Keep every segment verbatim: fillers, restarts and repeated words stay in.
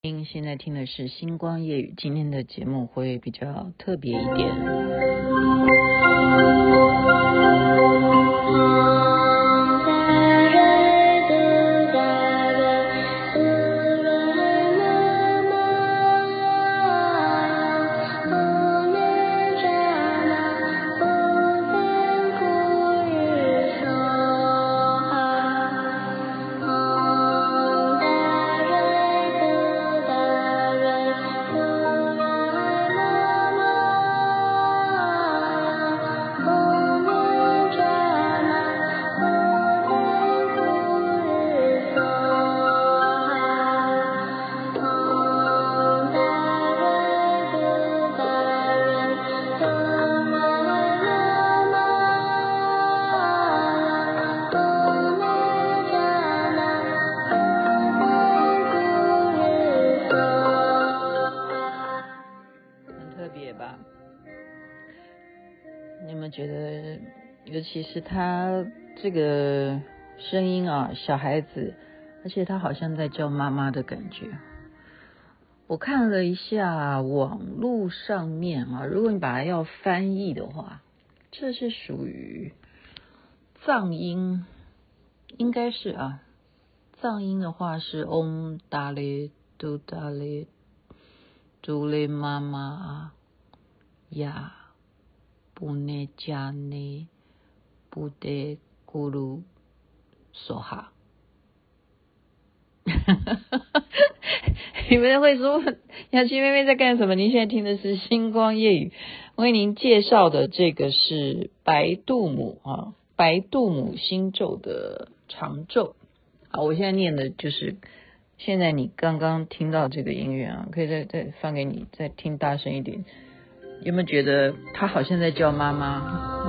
您现在听的是星光夜语，今天的节目会比较特别一点。你们觉得，尤其是他这个声音啊，小孩子，而且他好像在叫妈妈的感觉。我看了一下网络上面啊，如果你把它要翻译的话，这是属于藏音，应该是啊，藏音的话是 Om Dale Do Dale Dule Mama Ya Bune Jane Bude Guru Soha。你们会说雅琪妹妹在干什么？您现在听的是星光夜语，为您介绍的这个是白度母啊，白度母心咒的长咒。好，我现在念的就是现在你刚刚听到这个音乐啊，可以再再放给你，再听大声一点。有没有觉得他好像在叫妈妈？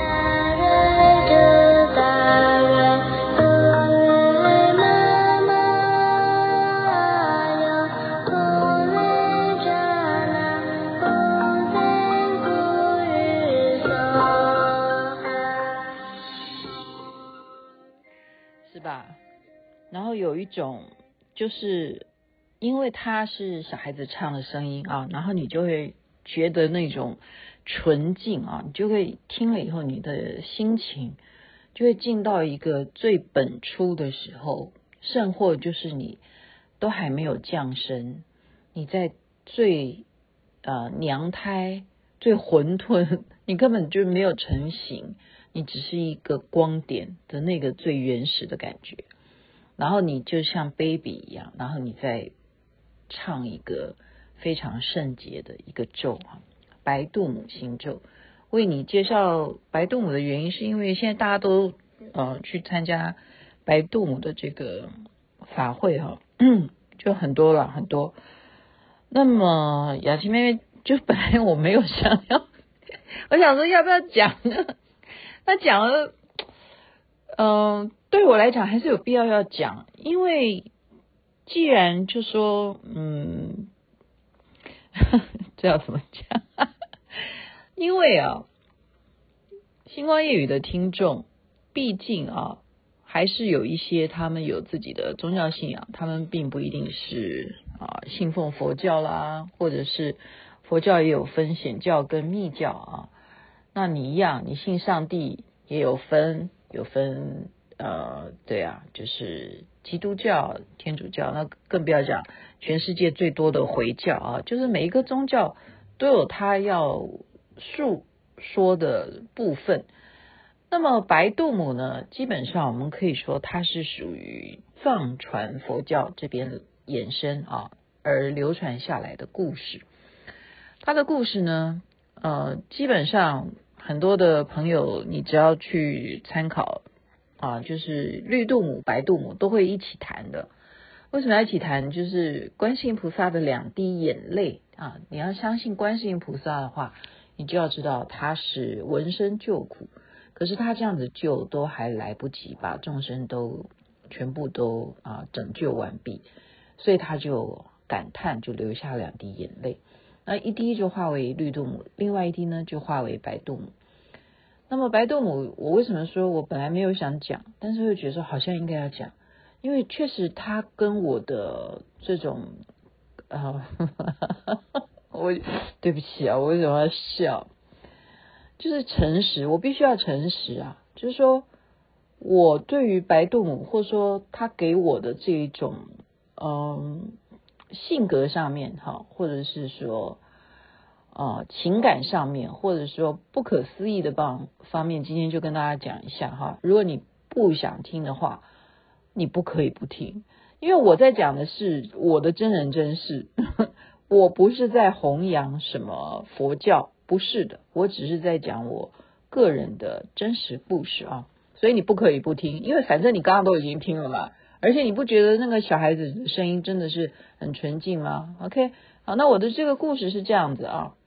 是吧？然后有一种就是因为他是小孩子唱的声音啊，然后你就会觉得那种纯净啊，你就会听了以后你的心情就会进到一个最本初的时候，甚或就是你都还没有降生，你在最呃娘胎最混沌，你根本就没有成型，你只是一个光点的那个最原始的感觉，然后你就像 baby 一样，然后你再唱一个非常圣洁的一个咒啊，白度母心咒。为你介绍白度母的原因，是因为现在大家都呃去参加白度母的这个法会哈、啊，就很多了很多。那么雅琪妹妹就本来我没有想要，我想说要不要讲呢？那讲了，嗯、呃，对我来讲还是有必要要讲，因为既然就说，嗯，这要怎么讲？因为啊，星光夜语的听众，毕竟啊，还是有一些他们有自己的宗教信仰，他们并不一定是啊信奉佛教啦，或者是佛教也有分显教跟密教啊。那你一样，你信上帝也有分，有分呃，对啊，就是基督教、天主教，那更不要讲全世界最多的回教啊，就是每一个宗教都有它要述说的部分。那么白度母呢，基本上我们可以说它是属于藏传佛教这边的衍生啊，而流传下来的故事。它的故事呢，呃，基本上很多的朋友，你只要去参考啊，就是绿度母、白度母都会一起谈的。为什么要一起谈？就是观世音菩萨的两滴眼泪啊！你要相信观世音菩萨的话，你就要知道他是闻声救苦。可是他这样子救都还来不及把众生都全部都啊拯救完毕，所以他就感叹，就流下两滴眼泪。那一滴就化为绿度母，另外一滴呢就化为白度母。那么白度母，我为什么说我本来没有想讲，但是会觉得说好像应该要讲，因为确实它跟我的这种啊，我对不起啊，我为什么要笑？就是诚实，我必须要诚实啊。就是说我对于白度母，或者说他给我的这一种嗯性格上面哈，或者是说呃情感上面，或者说不可思议的方方面，今天就跟大家讲一下哈。如果你不想听的话，你不可以不听，因为我在讲的是我的真人真事，我不是在弘扬什么佛教，不是的，我只是在讲我个人的真实故事啊。所以你不可以不听，因为反正你刚刚都已经听了嘛，而且你不觉得那个小孩子的声音真的是很纯净吗 ？OK， 好，那我的这个故事是这样子啊，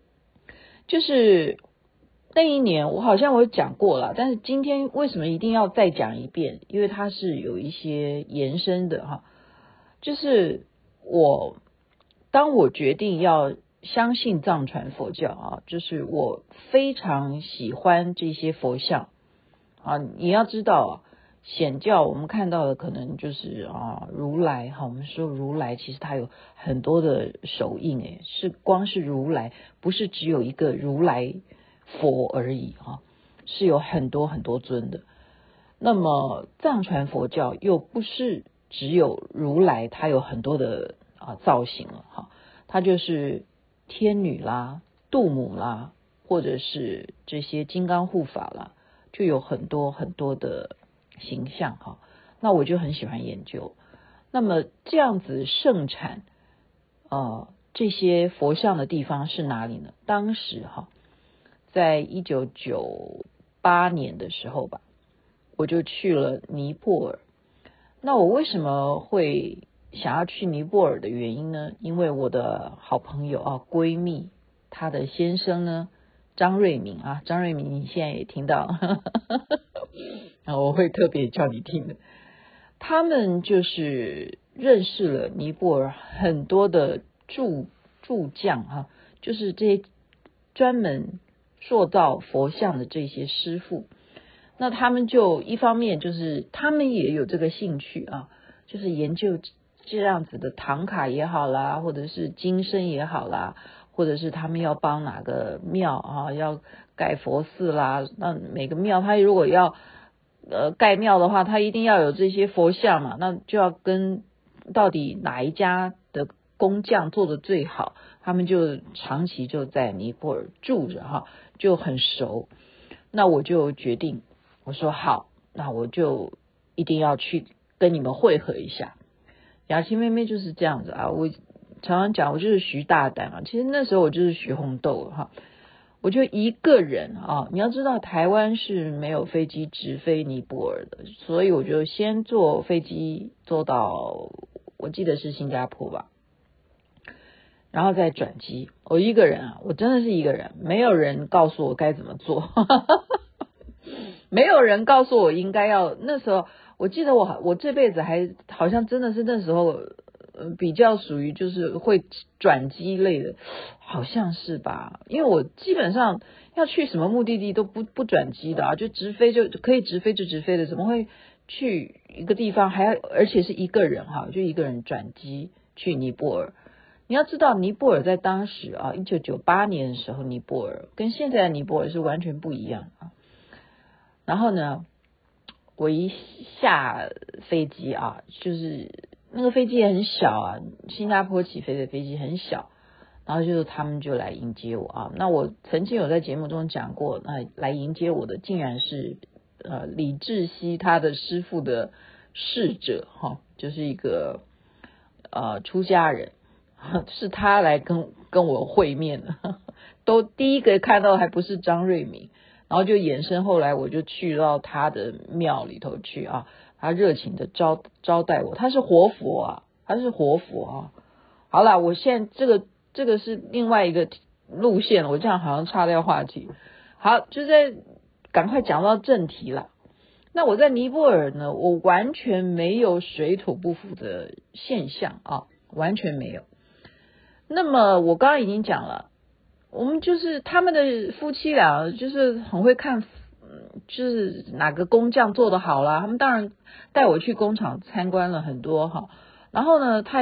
就是那一年我好像我讲过了，但是今天为什么一定要再讲一遍？因为它是有一些延伸的哈，就是我当我决定要相信藏传佛教啊，就是我非常喜欢这些佛像啊，你要知道啊，显教我们看到的可能就是啊如来哈，我们说如来其实它有很多的手印诶，是光是如来，不是只有一个如来佛而已哈，是有很多很多尊的。那么藏传佛教又不是只有如来，它有很多的啊造型了哈，它就是天女啦、度母啦，或者是这些金刚护法啦，就有很多很多的形象哈。那我就很喜欢研究。那么这样子盛产呃这些佛像的地方是哪里呢？当时哈，在一九九八年的时候吧，我就去了尼泊尔。那我为什么会想要去尼泊尔的原因呢？因为我的好朋友啊，闺蜜，她的先生呢，张瑞敏啊，张瑞敏，你现在也听到，啊，我会特别叫你听的。他们就是认识了尼泊尔很多的铸铸匠啊，就是这些专门塑造佛像的这些师傅。那他们就一方面就是他们也有这个兴趣啊，就是研究这样子的唐卡也好啦，或者是金身也好啦，或者是他们要帮哪个庙啊要盖佛寺啦，那每个庙他如果要呃盖庙的话，他一定要有这些佛像嘛，那就要跟到底哪一家的工匠做的最好，他们就长期就在尼泊尔住着哈，就很熟。那我就决定，我说好，那我就一定要去跟你们会合一下。雅琪妹妹就是这样子啊，我常常讲我就是徐大胆啊，其实那时候我就是徐红豆哈，我就一个人啊，你要知道台湾是没有飞机直飞尼泊尔的，所以我就先坐飞机坐到我记得是新加坡吧，然后再转机。我一个人啊，我真的是一个人，没有人告诉我该怎么做没有人告诉我应该要，那时候我记得我我这辈子还好像真的是那时候呃比较属于就是会转机类的，好像是吧，因为我基本上要去什么目的地都不不转机的啊，就直飞就可以直飞就直飞的，怎么会去一个地方还要而且是一个人哈，就一个人转机去尼泊尔。你要知道尼泊尔在当时啊一九九八年的时候，尼泊尔跟现在的尼泊尔是完全不一样啊。然后呢，我一下飞机啊，就是那个飞机也很小啊，新加坡起飞的飞机很小，然后就是他们就来迎接我啊。那我曾经有在节目中讲过，那来迎接我的竟然是呃李志熙他的师父的侍者哈，就是一个呃出家人，是他来跟跟我会面的，都第一个看到还不是张瑞敏。然后就衍生，后来我就去到他的庙里头去啊，他热情的招招待我，他是活佛啊，他是活佛啊。好啦，我现在这个这个是另外一个路线，我这样好像岔掉话题。好，就在赶快讲到正题了。那我在尼泊尔呢，我完全没有水土不服的现象啊，完全没有。那么我刚刚已经讲了。我们就是他们的夫妻俩，就是很会看，就是哪个工匠做得好啦。他们当然带我去工厂参观了很多哈，然后呢，他也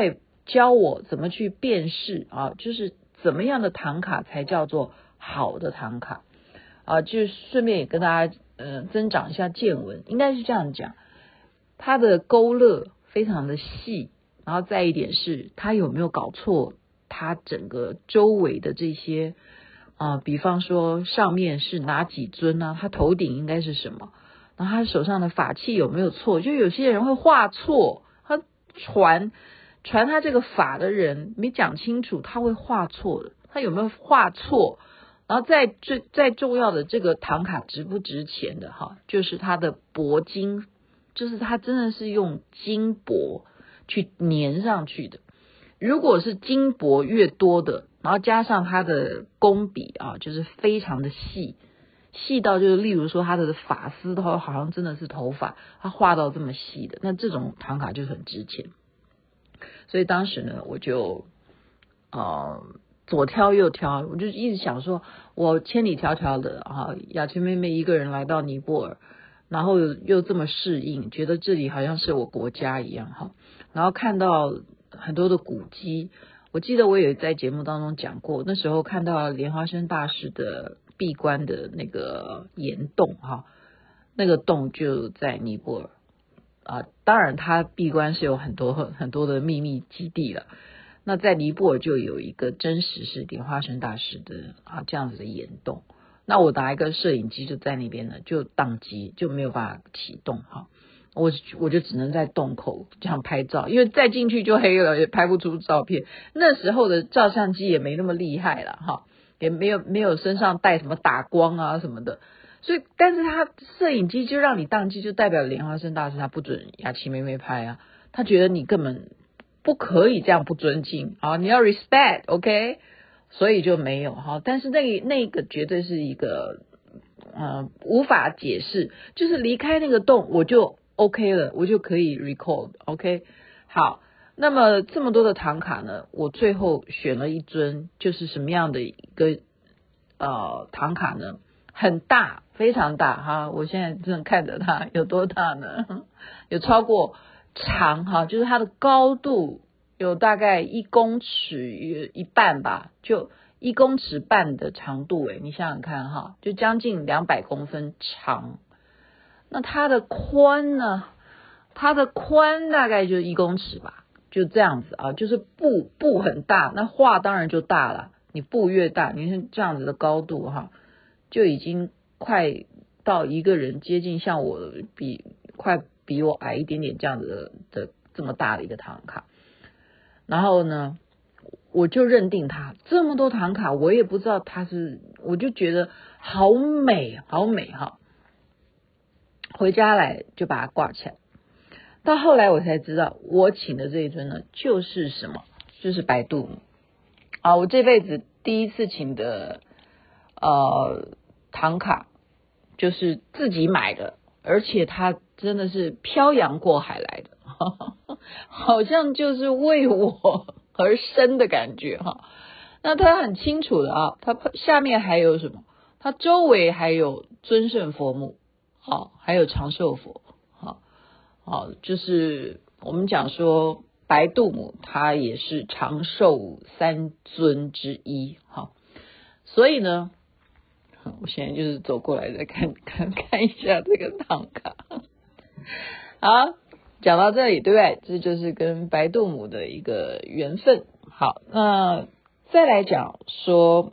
教我怎么去辨识啊，就是怎么样的唐卡才叫做好的唐卡啊，就是顺便也跟大家呃增长一下见闻，应该是这样讲，它的勾勒非常的细，然后再一点是它有没有搞错它整个周围的这些啊、呃，比方说上面是哪几尊啊，它头顶应该是什么，然后他手上的法器有没有错，就有些人会画错，他传传他这个法的人没讲清楚，他会画错的，他有没有画错，然后再最再重要的这个唐卡值不值钱的哈，就是它的铂金，就是它真的是用金箔去粘上去的，如果是金箔越多的，然后加上它的工笔啊，就是非常的细，细到就是例如说它的发丝头好像真的是头发，它画到这么细的，那这种唐卡就很值钱。所以当时呢，我就呃左挑右挑，我就一直想说，我千里迢迢的啊，雅琪妹妹一个人来到尼泊尔，然后又这么适应，觉得这里好像是我国家一样哈，然后看到很多的古迹，我记得我也在节目当中讲过，那时候看到莲花生大师的闭关的那个岩洞哈，那个洞就在尼泊尔啊，当然他闭关是有很多很多的秘密基地了。那在尼泊尔就有一个真实是莲花生大师的啊这样子的岩洞，那我拿一个摄影机就在那边呢，就宕机，就没有办法启动哈。我我就只能在洞口这样拍照，因为再进去就黑了，也拍不出照片。那时候的照相机也没那么厉害了哈，也没有没有身上带什么打光啊什么的，所以但是他摄影机就让你宕机，就代表莲花生大师他不准雅琪妹妹拍啊，他觉得你根本不可以这样不尊敬啊，你要 respect OK， 所以就没有哈。但是那那个绝对是一个呃无法解释，就是离开那个洞我就 OK 了，我就可以 record OK。 好，那么这么多的唐卡呢，我最后选了一尊，就是什么样的一个呃唐卡呢，很大非常大哈，我现在正看着它有多大呢，有超过长哈，就是它的高度有大概一公尺一半吧，就一公尺半的长度诶，你想想看哈，就将近两百公分长。那它的宽呢？它的宽大概就一公尺吧，就这样子啊，就是布布很大，那画当然就大了。你布越大，你看这样子的高度哈，就已经快到一个人接近像我比快比我矮一点点这样子的的这么大的一个唐卡。然后呢，我就认定它这么多唐卡，我也不知道它是，我就觉得好美好美哈。回家来就把它挂起来。到后来我才知道，我请的这一尊呢，就是什么，就是白度母啊！我这辈子第一次请的呃唐卡，就是自己买的，而且它真的是漂洋过海来的，呵呵，好像就是为我而生的感觉哈。那它很清楚的啊，它下面还有什么？它周围还有尊胜佛母。好，还有长寿佛，好，好，就是我们讲说白度母，它也是长寿三尊之一，好，所以呢，我现在就是走过来再看看看一下这个唐卡，好，讲到这里，对不对？这就是跟白度母的一个缘分。好，那再来讲说，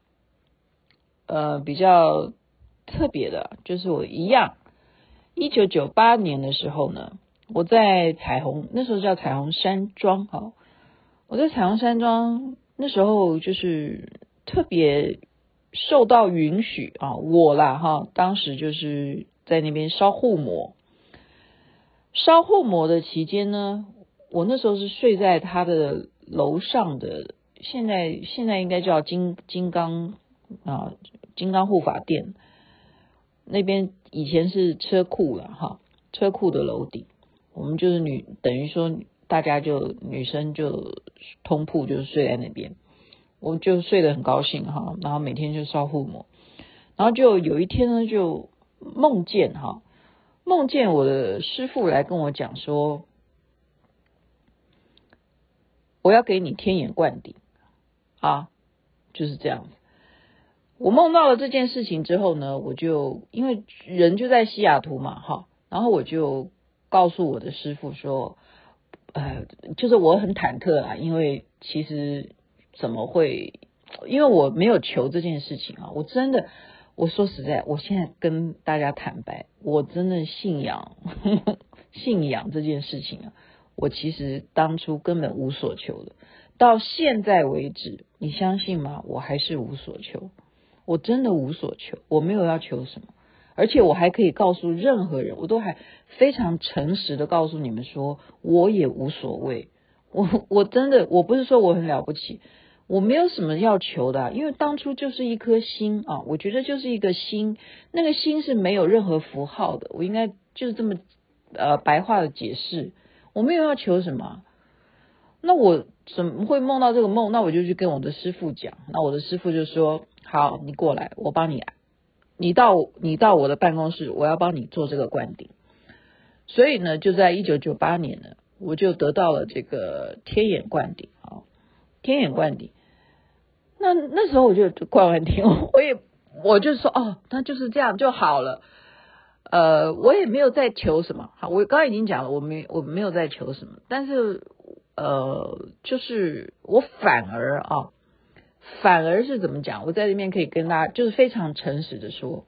呃，比较特别的，就是我一样。一九九八年的时候呢，我在彩虹，那时候叫彩虹山庄哈，我在彩虹山庄那时候就是特别受到允许啊，我啦哈，当时就是在那边烧护摩，烧护摩的期间呢，我那时候是睡在他的楼上的，现在现在应该叫金金刚啊金刚护法殿。那边以前是车库了哈，车库的楼顶，我们就是女，等于说大家就女生就通铺就睡在那边，我就睡得很高兴哈，然后每天就烧护摩，然后就有一天呢，就梦见哈，梦见我的师父来跟我讲说， 我要给你天眼灌顶啊，就是这样子。我梦到了这件事情之后呢，我就因为人就在西雅图嘛，哈，然后我就告诉我的师父说，呃，就是我很忐忑啊，因为其实怎么会，因为我没有求这件事情啊，我真的，我说实在，我现在跟大家坦白，我真的信仰呵呵信仰这件事情啊，我其实当初根本无所求的，到现在为止，你相信吗？我还是无所求。我真的无所求，我没有要求什么，而且我还可以告诉任何人，我都还非常诚实的告诉你们说，我也无所谓。我我真的，我不是说我很了不起，我没有什么要求的啊，因为当初就是一颗心啊，我觉得就是一个心，那个心是没有任何符号的，我应该就是这么呃白话的解释，我没有要求什么。那我怎么会梦到这个梦？那我就去跟我的师父讲，那我的师父就说，好，你过来，我帮你，你到你到我的办公室，我要帮你做这个灌顶。所以呢，就在一九九八年呢，我就得到了这个天眼灌顶啊，天眼灌顶。那那时候我就灌完顶，我也我就说哦，那就是这样就好了。呃，我也没有在求什么，好，我刚刚已经讲了，我没我没有在求什么，但是呃，就是我反而啊，反而是怎么讲？我在这边可以跟大家就是非常诚实的说，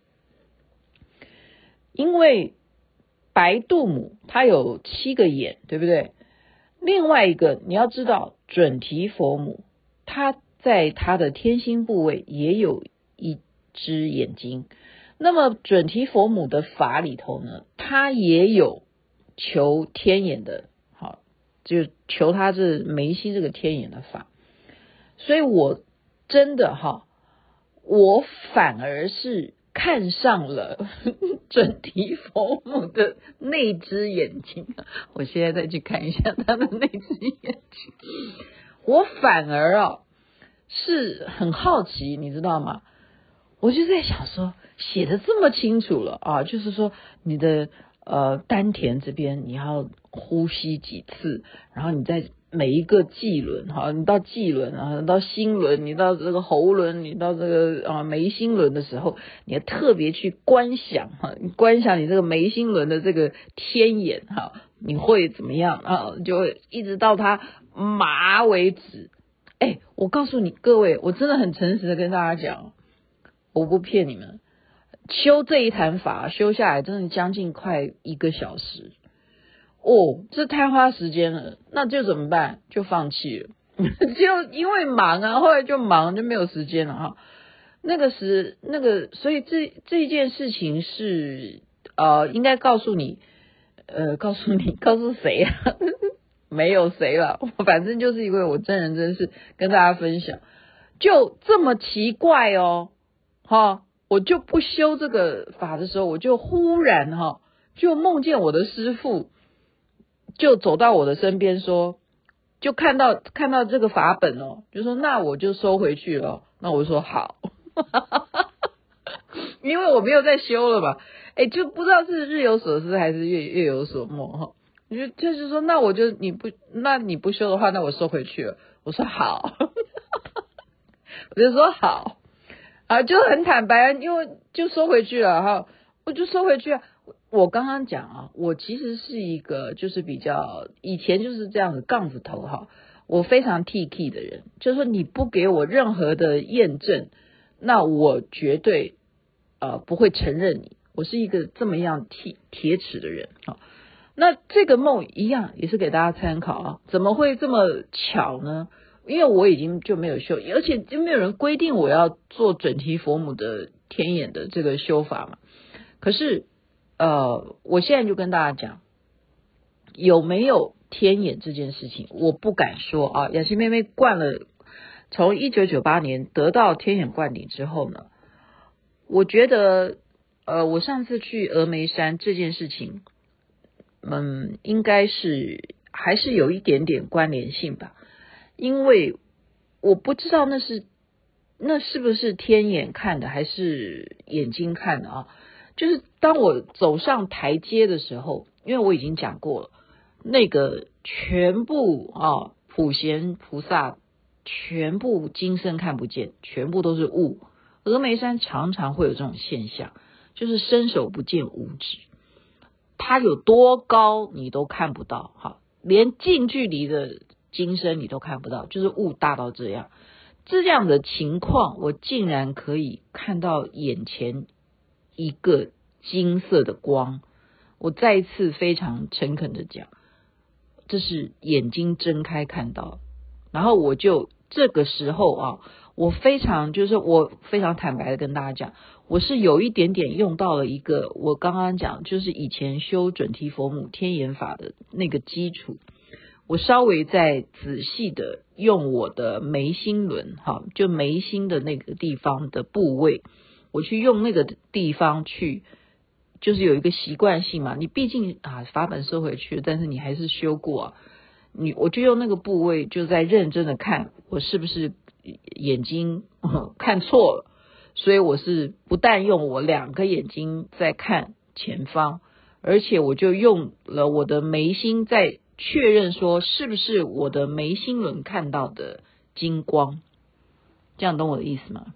因为白度母它有七个眼，对不对？另外一个你要知道，准提佛母它在它的天心部位也有一只眼睛。那么准提佛母的法里头呢，它也有求天眼的，好，就求他这眉心这个天眼的法。所以我真的哈，我反而是看上了准提佛母的那只眼睛。我现在再去看一下他的那只眼睛，我反而啊是很好奇，你知道吗？我就在想说，写的这么清楚了啊，就是说你的呃丹田这边你要呼吸几次，然后你在每一个际轮哈，你到际轮啊，到心轮，你到这个喉轮，你到这个啊眉心轮的时候，你要特别去观想哈，你观想你这个眉心轮的这个天眼哈，你会怎么样啊？就会一直到它麻为止。哎，我告诉你各位，我真的很诚实的跟大家讲。我不骗你们，修这一坛法修下来真的将近快一个小时哦，这太花时间了，那就怎么办？就放弃了，就因为忙啊，后来就忙就没有时间了哈。那个时那个，所以这这件事情是呃，应该告诉你，呃，告诉你，告诉谁啊？没有谁了，反正就是因为我真人真事跟大家分享，就这么奇怪哦。哈，我就不修这个法的时候，我就忽然哈，就梦见我的师父就走到我的身边说，就看到看到这个法本哦，就说那我就收回去了。那我说好，因为我没有再修了嘛，哎，就不知道是日有所思还是月月有所梦哈。你就就是说，那我就你不那你不修的话，那我收回去了。我说好，我就说好。啊，就很坦白，因为就收回去了哈，我就收回去啊。我刚刚讲啊，我其实是一个就是比较以前就是这样子杠子头哈，我非常 T K 的人，就是说你不给我任何的验证，那我绝对呃不会承认你，我是一个这么样铁铁齿的人啊。那这个梦一样也是给大家参考啊，怎么会这么巧呢？因为我已经就没有修，而且就没有人规定我要做准提佛母的天眼的这个修法嘛。可是呃，我现在就跟大家讲，有没有天眼这件事情，我不敢说啊。雅琪妹妹灌了，从一九九八年得到天眼灌顶之后呢，我觉得呃，我上次去峨眉山这件事情，嗯，应该是还是有一点点关联性吧。因为我不知道那是那是不是天眼看的还是眼睛看的啊，就是当我走上台阶的时候，因为我已经讲过了，那个全部啊普贤菩萨全部今生看不见，全部都是雾。峨眉山常常会有这种现象，就是伸手不见五指，它有多高你都看不到，好，连近距离的金身你都看不到，就是雾大到这样。这样的情况，我竟然可以看到眼前一个金色的光。我再一次非常诚恳的讲，这是眼睛睁开看到。然后我就这个时候啊，我非常就是我非常坦白的跟大家讲，我是有一点点用到了一个我刚刚讲就是以前修准提佛母天眼法的那个基础，我稍微再仔细的用我的眉心轮，哈，就眉心的那个地方的部位，我去用那个地方去，就是有一个习惯性嘛，你毕竟啊法本收回去，但是你还是修过啊，你我就用那个部位就在认真的看我是不是眼睛看错了，所以我是不但用我两个眼睛在看前方，而且我就用了我的眉心在确认说是不是我的眉心轮看到的金光，这样懂我的意思吗？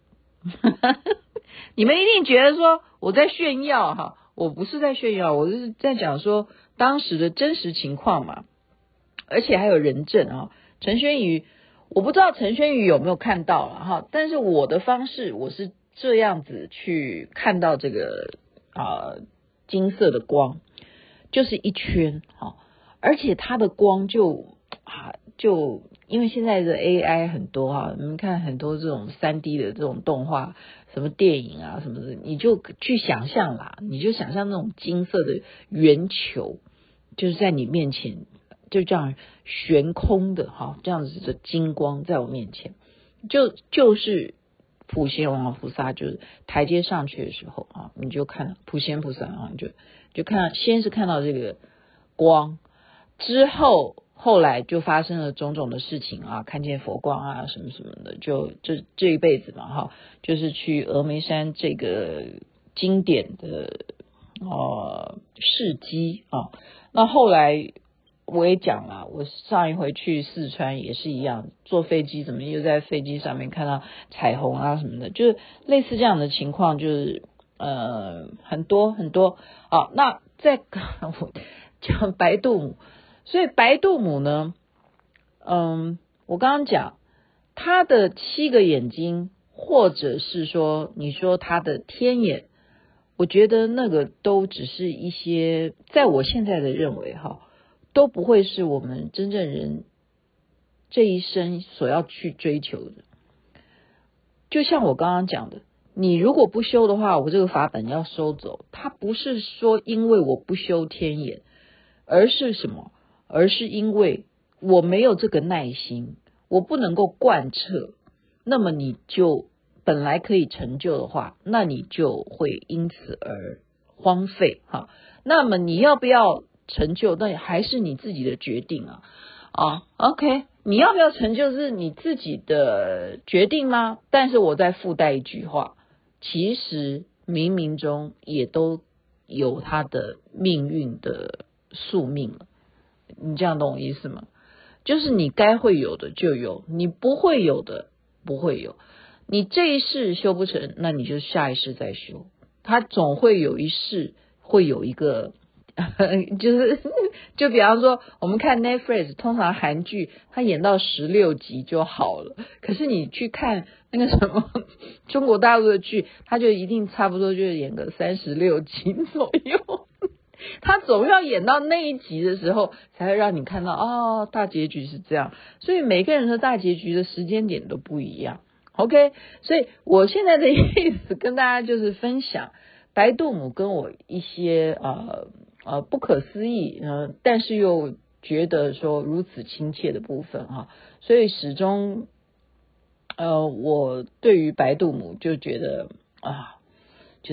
你们一定觉得说我在炫耀哈，我不是在炫耀，我是在讲说当时的真实情况嘛，而且还有人证啊。陈轩宇，我不知道陈轩宇有没有看到了哈，但是我的方式我是这样子去看到这个啊、呃、金色的光，就是一圈哈。而且它的光就啊，就因为现在的 A I 很多哈，你们看很多这种 三 D 的这种动画，什么电影啊什么的，你就去想象啦，你就想象那种金色的圆球，就是在你面前，就这样悬空的哈，这样子的金光在我面前，就就是普贤王菩萨，就是台阶上去的时候啊，你就看普贤菩萨啊，你就就看先是看到这个光。之后后来就发生了种种的事情啊，看见佛光啊什么什么的，就这这一辈子嘛哈，就是去峨眉山这个经典的呃事迹啊。那后来我也讲了，我上一回去四川也是一样，坐飞机怎么又在飞机上面看到彩虹啊什么的，就是类似这样的情况，就是呃很多很多。好，那再我讲白度母。所以白度母呢，嗯，我刚刚讲他的七个眼睛，或者是说你说他的天眼，我觉得那个都只是一些，在我现在的认为哈，都不会是我们真正人这一生所要去追求的。就像我刚刚讲的，你如果不修的话，我这个法本要收走，它不是说因为我不修天眼，而是什么？而是因为我没有这个耐心，我不能够贯彻，那么你就本来可以成就的话，那你就会因此而荒废哈。那么你要不要成就，那还是你自己的决定啊啊 OK， 你要不要成就是你自己的决定吗？但是我再附带一句话，其实冥冥中也都有他的命运的宿命了。你这样懂我意思吗？就是你该会有的就有，你不会有的不会有。你这一世修不成，那你就下一世再修。它总会有一世会有一个，就是就比方说我们看 Netflix， 通常韩剧它演到十六集就好了，可是你去看那个什么中国大陆的剧，它就一定差不多就演个三十六集左右。他总要演到那一集的时候，才会让你看到哦，大结局是这样。所以每个人的大结局的时间点都不一样。OK， 所以我现在的意思跟大家就是分享白度母跟我一些呃呃不可思议呃，但是又觉得说如此亲切的部分哈。所以始终呃，我对于白度母就觉得啊，就是。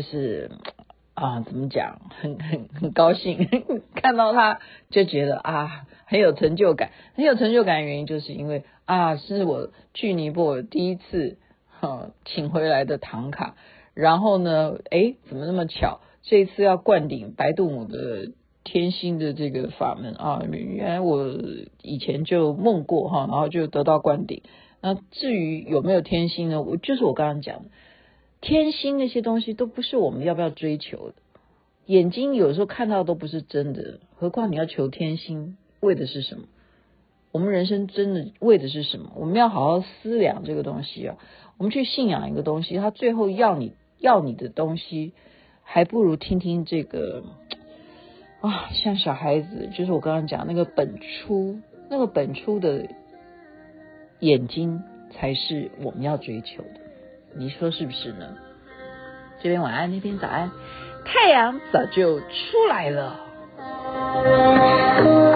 啊，怎么讲？很很很高兴看到他，就觉得啊，很有成就感。很有成就感的原因，就是因为啊，是我去尼泊尔第一次哈请回来的唐卡。然后呢，诶，怎么那么巧？这一次要灌顶白度母的天心的这个法门啊，原来我以前就梦过哈，然后就得到灌顶。那至于有没有天心呢？我就是我刚刚讲的，天心那些东西都不是我们要不要追求的。眼睛有时候看到都不是真的，何况你要求天心，为的是什么？我们人生真的为的是什么？我们要好好思量这个东西啊。我们去信仰一个东西，他最后要你要你的东西，还不如听听这个啊，像小孩子，就是我刚刚讲那个本初，那个本初的眼睛才是我们要追求的，你说是不是呢？这边晚安，那边早安，太阳早就出来了。